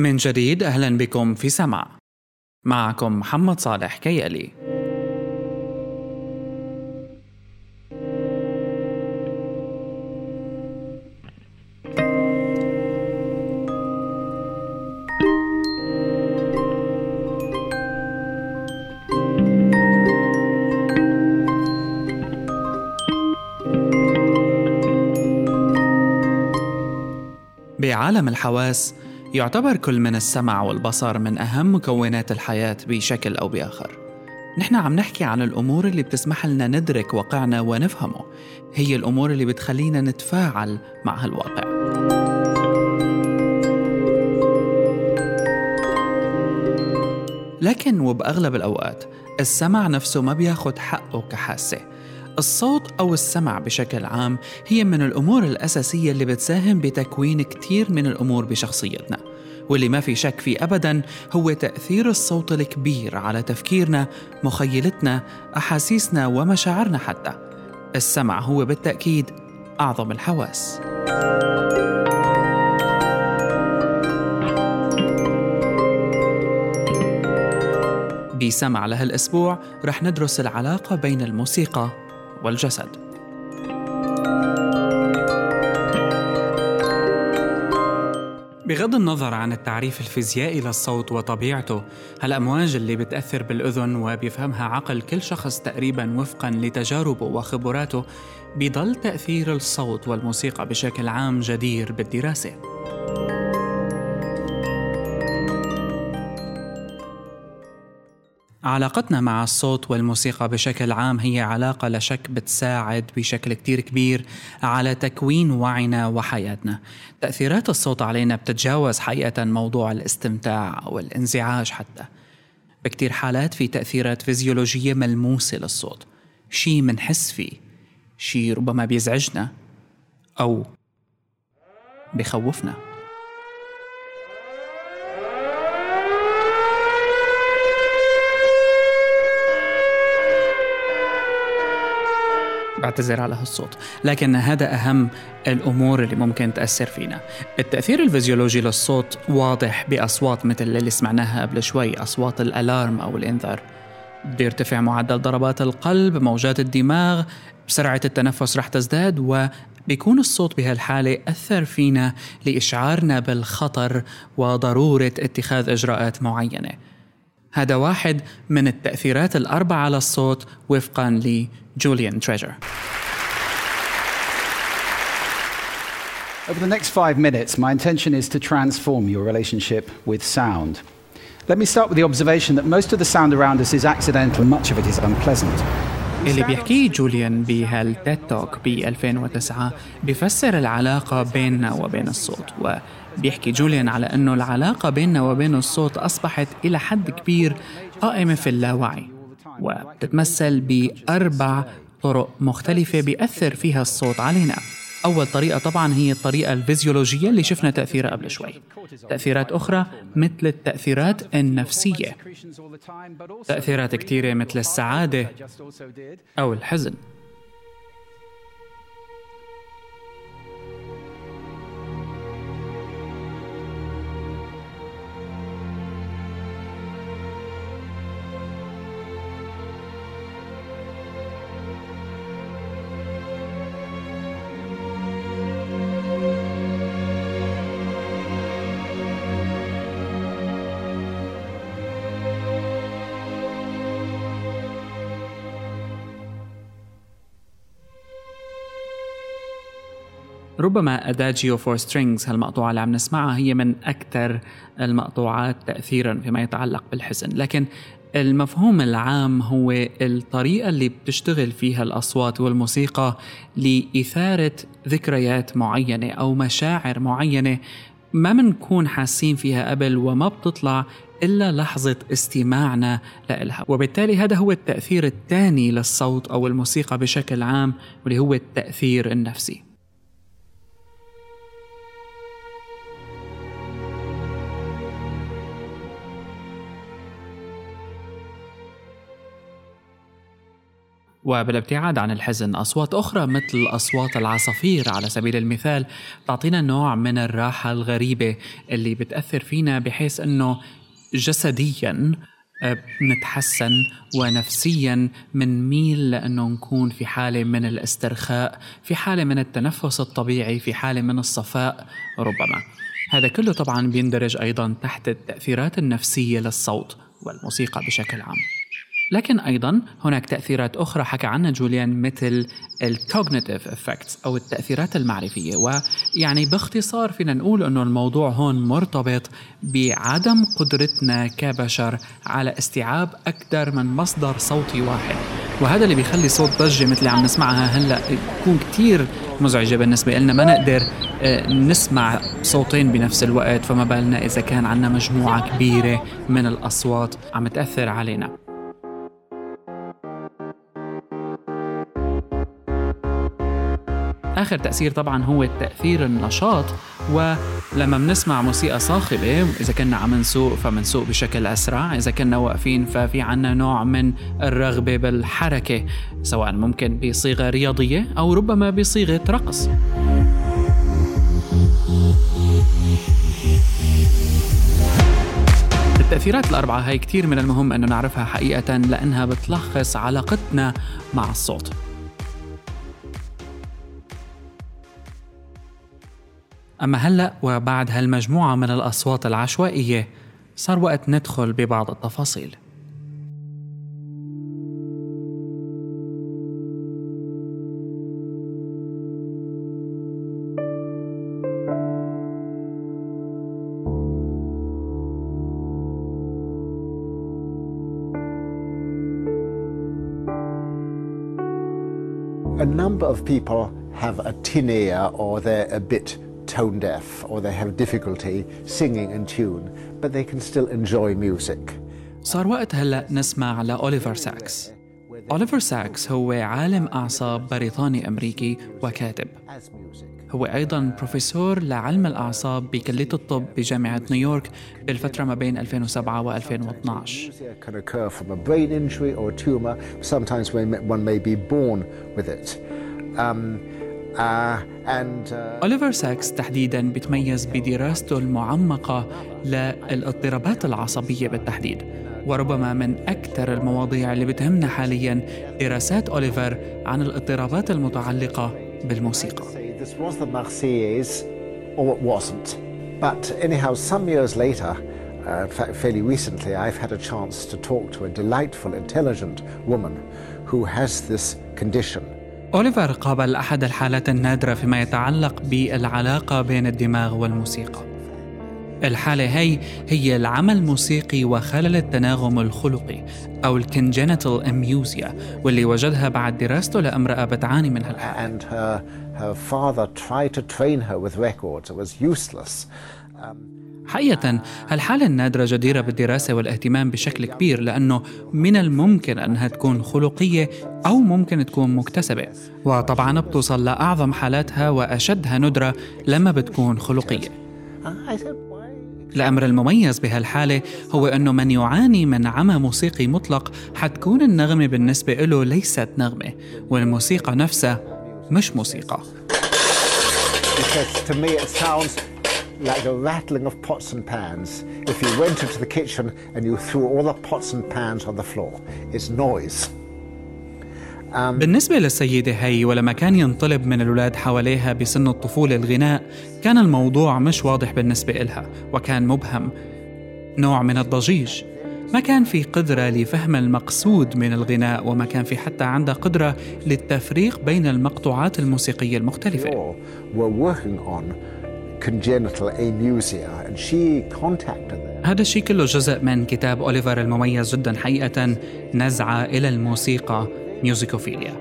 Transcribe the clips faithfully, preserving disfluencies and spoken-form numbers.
من جديد أهلا بكم في سمع. معكم محمد صالح كيالي. بعالم الحواس يعتبر كل من السمع والبصر من أهم مكونات الحياة بشكل أو بآخر. نحن عم نحكي عن الأمور اللي بتسمح لنا ندرك واقعنا ونفهمه، هي الأمور اللي بتخلينا نتفاعل مع هالواقع. لكن وبأغلب الأوقات السمع نفسه ما بياخد حقه كحاسة. الصوت أو السمع بشكل عام هي من الأمور الأساسية اللي بتساهم بتكوين كتير من الأمور بشخصيتنا، واللي ما في شك فيه أبداً هو تأثير الصوت الكبير على تفكيرنا، مخيلتنا، أحاسيسنا ومشاعرنا حتى. السمع هو بالتأكيد أعظم الحواس. بسمع لهالأسبوع رح ندرس العلاقة بين الموسيقى والجسد. بغض النظر عن التعريف الفيزيائي للصوت وطبيعته، هالأمواج اللي بتأثر بالأذن وبيفهمها عقل كل شخص تقريباً وفقاً لتجاربه وخبراته، بيضل تأثير الصوت والموسيقى بشكل عام جدير بالدراسة. علاقتنا مع الصوت والموسيقى بشكل عام هي علاقة لا شك بتساعد بشكل كتير كبير على تكوين وعينا وحياتنا. تأثيرات الصوت علينا بتتجاوز حقيقة موضوع الاستمتاع أو الانزعاج حتى. بكتير حالات في تأثيرات فيزيولوجية ملموسة للصوت، شي منحس فيه، شي ربما بيزعجنا أو بيخوفنا. بعتذر على هالصوت، لكن هذا أهم الأمور اللي ممكن تأثر فينا. التأثير الفيزيولوجي للصوت واضح بأصوات مثل اللي سمعناها قبل شوي، أصوات الألارم أو الإنذار. بده يرتفع معدل ضربات القلب، موجات الدماغ، سرعة التنفس رح تزداد، وبيكون الصوت بهالحالة أثر فينا لإشعارنا بالخطر وضرورة اتخاذ إجراءات معينة. هذا واحد من التأثيرات الأربعة على الصوت وفقاً لجوليان تريجر. Over the next five minutes, my intention is to transform your relationship with sound. Let me start with the observation that most of the sound around us is accidental and much of it is unpleasant. اللي بيحكيه جوليان بهالتيد توك ب ألفين وتسعة بيفسر العلاقة بيننا وبين الصوت، وبيحكي جوليان على أنه العلاقة بيننا وبين الصوت أصبحت إلى حد كبير قائمة في اللاوعي، وبتتمثل بأربع طرق مختلفة بيأثر فيها الصوت علينا. أول طريقة طبعاً هي الطريقة الفيزيولوجية اللي شفنا تأثيرها قبل شوي. تأثيرات أخرى مثل التأثيرات النفسية، تأثيرات كتيرة مثل السعادة أو الحزن. ربما أداجيو فور سترينجز هالمقطوعة اللي عم نسمعها هي من أكثر المقطوعات تأثيراً فيما يتعلق بالحزن، لكن المفهوم العام هو الطريقة اللي بتشتغل فيها الأصوات والموسيقى لإثارة ذكريات معينة أو مشاعر معينة ما منكون حاسين فيها قبل وما بتطلع إلا لحظة استماعنا لإلها. وبالتالي هذا هو التأثير الثاني للصوت أو الموسيقى بشكل عام، واللي هو التأثير النفسي. وبالابتعاد عن الحزن، أصوات أخرى مثل أصوات العصافير على سبيل المثال تعطينا نوع من الراحة الغريبة اللي بتأثر فينا، بحيث أنه جسدياً نتحسن ونفسياً منميل لأنه نكون في حالة من الاسترخاء، في حالة من التنفس الطبيعي، في حالة من الصفاء ربما. هذا كله طبعاً بيندرج أيضاً تحت التأثيرات النفسية للصوت والموسيقى بشكل عام. لكن أيضاً هناك تأثيرات أخرى حكى عنها جوليان مثل الكوغنيتيف إفكتس أو التأثيرات المعرفية، ويعني باختصار فينا نقول أنه الموضوع هون مرتبط بعدم قدرتنا كبشر على استيعاب أكثر من مصدر صوتي واحد، وهذا اللي بيخلي صوت ضجة مثل اللي عم نسمعها هلأ يكون كتير مزعجة بالنسبة لنا، ما نقدر نسمع صوتين بنفس الوقت، فما بالنا إذا كان عنا مجموعة كبيرة من الأصوات عم تأثر علينا. آخر تأثير طبعاً هو التأثير النشاط، ولما بنسمع موسيقى صاخبة إذا كنا عم نسوق فمنسوق بشكل أسرع، إذا كنا واقفين ففي عنا نوع من الرغبة بالحركة، سواء ممكن بصيغة رياضية أو ربما بصيغة رقص. التأثيرات الأربعة هاي كتير من المهم أنه نعرفها حقيقة، لأنها بتلخص علاقتنا مع الصوت. أما هلأ وبعد هالمجموعة من الأصوات العشوائية صار وقت ندخل ببعض التفاصيل. A number of people have a tin ear, or they're a bit tone deaf, or they have difficulty singing in tune, but they can still enjoy music. صار وقت هلأ نسمع لأوليفر ساكس. أوليفر ساكس هو عالم أعصاب بريطاني أمريكي وكاتب. هو أيضاً بروفيسور لعلم الأعصاب بكلية الطب بجامعة نيويورك بالفترة ما بين ألفين وسبعة وألفين واثناشر. Can occur from a brain injury or a tumor. Sometimes one may be born with it. Um, Uh, and, uh... أوليفر ساكس تحديداً بتميز بدراسته المعمقة للاضطرابات العصبية بالتحديد، وربما من أكثر المواضيع اللي بتهمنا حالياً دراسات أوليفر عن الاضطرابات المتعلقة بالموسيقى. This was the Marseillaise, or it wasn't. But anyhow, some years later, uh, in fact fairly recently, I've had a chance to talk to a delightful, intelligent woman who has this condition. أوليفر قابل أحد الحالات النادرة فيما يتعلق بالعلاقة بين الدماغ والموسيقى. الحالة هي هي العمى الموسيقي وخلل التناغم الخلقي أو الكونجينيتال أميوزيا، واللي وجدها بعد دراسته لامرأة بتعاني من هالحالة. And her, her father tried to train her with records. It was useless. Um, حقيقة هالحالة النادرة جديرة بالدراسة والاهتمام بشكل كبير، لأنه من الممكن أنها تكون خلقية أو ممكن تكون مكتسبة، وطبعاً بتوصل لأعظم حالاتها وأشدها ندرة لما بتكون خلقية. الأمر المميز بهالحالة هو أنه من يعاني من عمى موسيقي مطلق حتكون النغمة بالنسبة له ليست نغمة، والموسيقى نفسها مش موسيقى. To me it sounds like the rattling of pots and pans. If you went into the kitchen and you threw all the pots and pans on the floor, it's noise. Um, بالنسبة للسيدة هي، ولما كان ينطلب من الأولاد حواليها بسن الطفولة الغناء، كان الموضوع مش واضح بالنسبة إلها وكان مبهم، نوع من الضجيج. ما كان في قدرة لفهم المقصود من الغناء، وما كان في حتى عندها قدرة للتفريق بين المقطوعات الموسيقية المختلفة. congenital amusia, and she contacted them. هذا الشيء كله جزء من كتاب أوليفر المميز جدا حقيقة، نزعة إلى الموسيقى، ميوزيكوفيليا.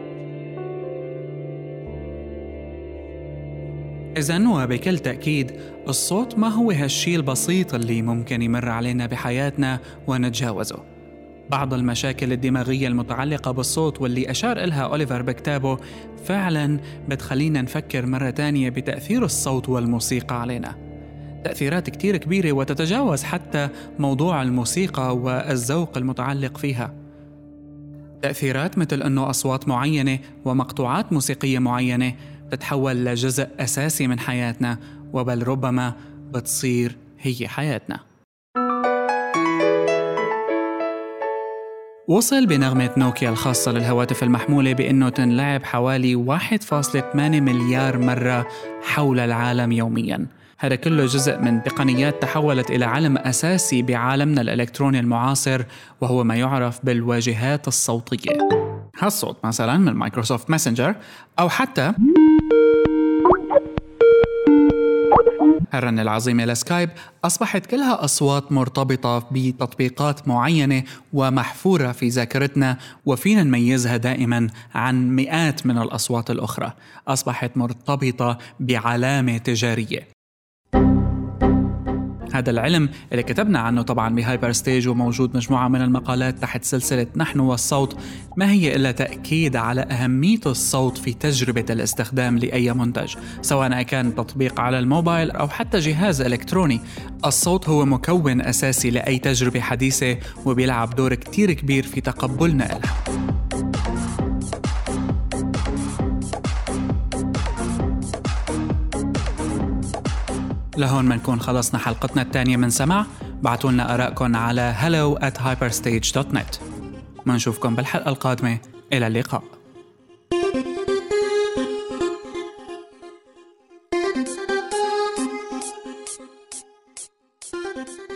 إذن وبكل تأكيد الصوت ما هو هالشيء البسيط اللي ممكن يمر علينا بحياتنا ونتجاوزه. بعض المشاكل الدماغية المتعلقة بالصوت واللي أشار إلها أوليفر بكتابه فعلاً بتخلينا نفكر مرة تانية بتأثير الصوت والموسيقى علينا. تأثيرات كتير كبيرة وتتجاوز حتى موضوع الموسيقى والذوق المتعلق فيها. تأثيرات مثل أنه أصوات معينة ومقطوعات موسيقية معينة تتحول لجزء أساسي من حياتنا، وبل ربما بتصير هي حياتنا. وصل بنغمة نوكيا الخاصة للهواتف المحمولة بأنه تنلعب حوالي واحد فاصلة ثمانية مليار مرة حول العالم يومياً. هذا كله جزء من تقنيات تحولت إلى علم أساسي بعالمنا الإلكتروني المعاصر، وهو ما يعرف بالواجهات الصوتية. هالصوت مثلاً من مايكروسوفت ماسنجر، أو حتى هالرنة العظيمة لسكايب، أصبحت كلها أصوات مرتبطة بتطبيقات معينة ومحفورة في ذاكرتنا، وفينا نميزها دائما عن مئات من الأصوات الأخرى. أصبحت مرتبطة بعلامة تجارية. هذا العلم اللي كتبنا عنه طبعاً بهايبر ستيج، وموجود مجموعة من المقالات تحت سلسلة نحن والصوت، ما هي إلا تأكيد على أهمية الصوت في تجربة الاستخدام لأي منتج، سواء كان تطبيق على الموبايل أو حتى جهاز إلكتروني. الصوت هو مكون أساسي لأي تجربة حديثة، وبيلعب دور كتير كبير في تقبلنا لها. لهون منكون خلصنا حلقتنا الثانية من سمع. بعتوا لنا آراءكم على hello at hyperstage dot net. منشوفكم بالحلقة القادمة. إلى اللقاء.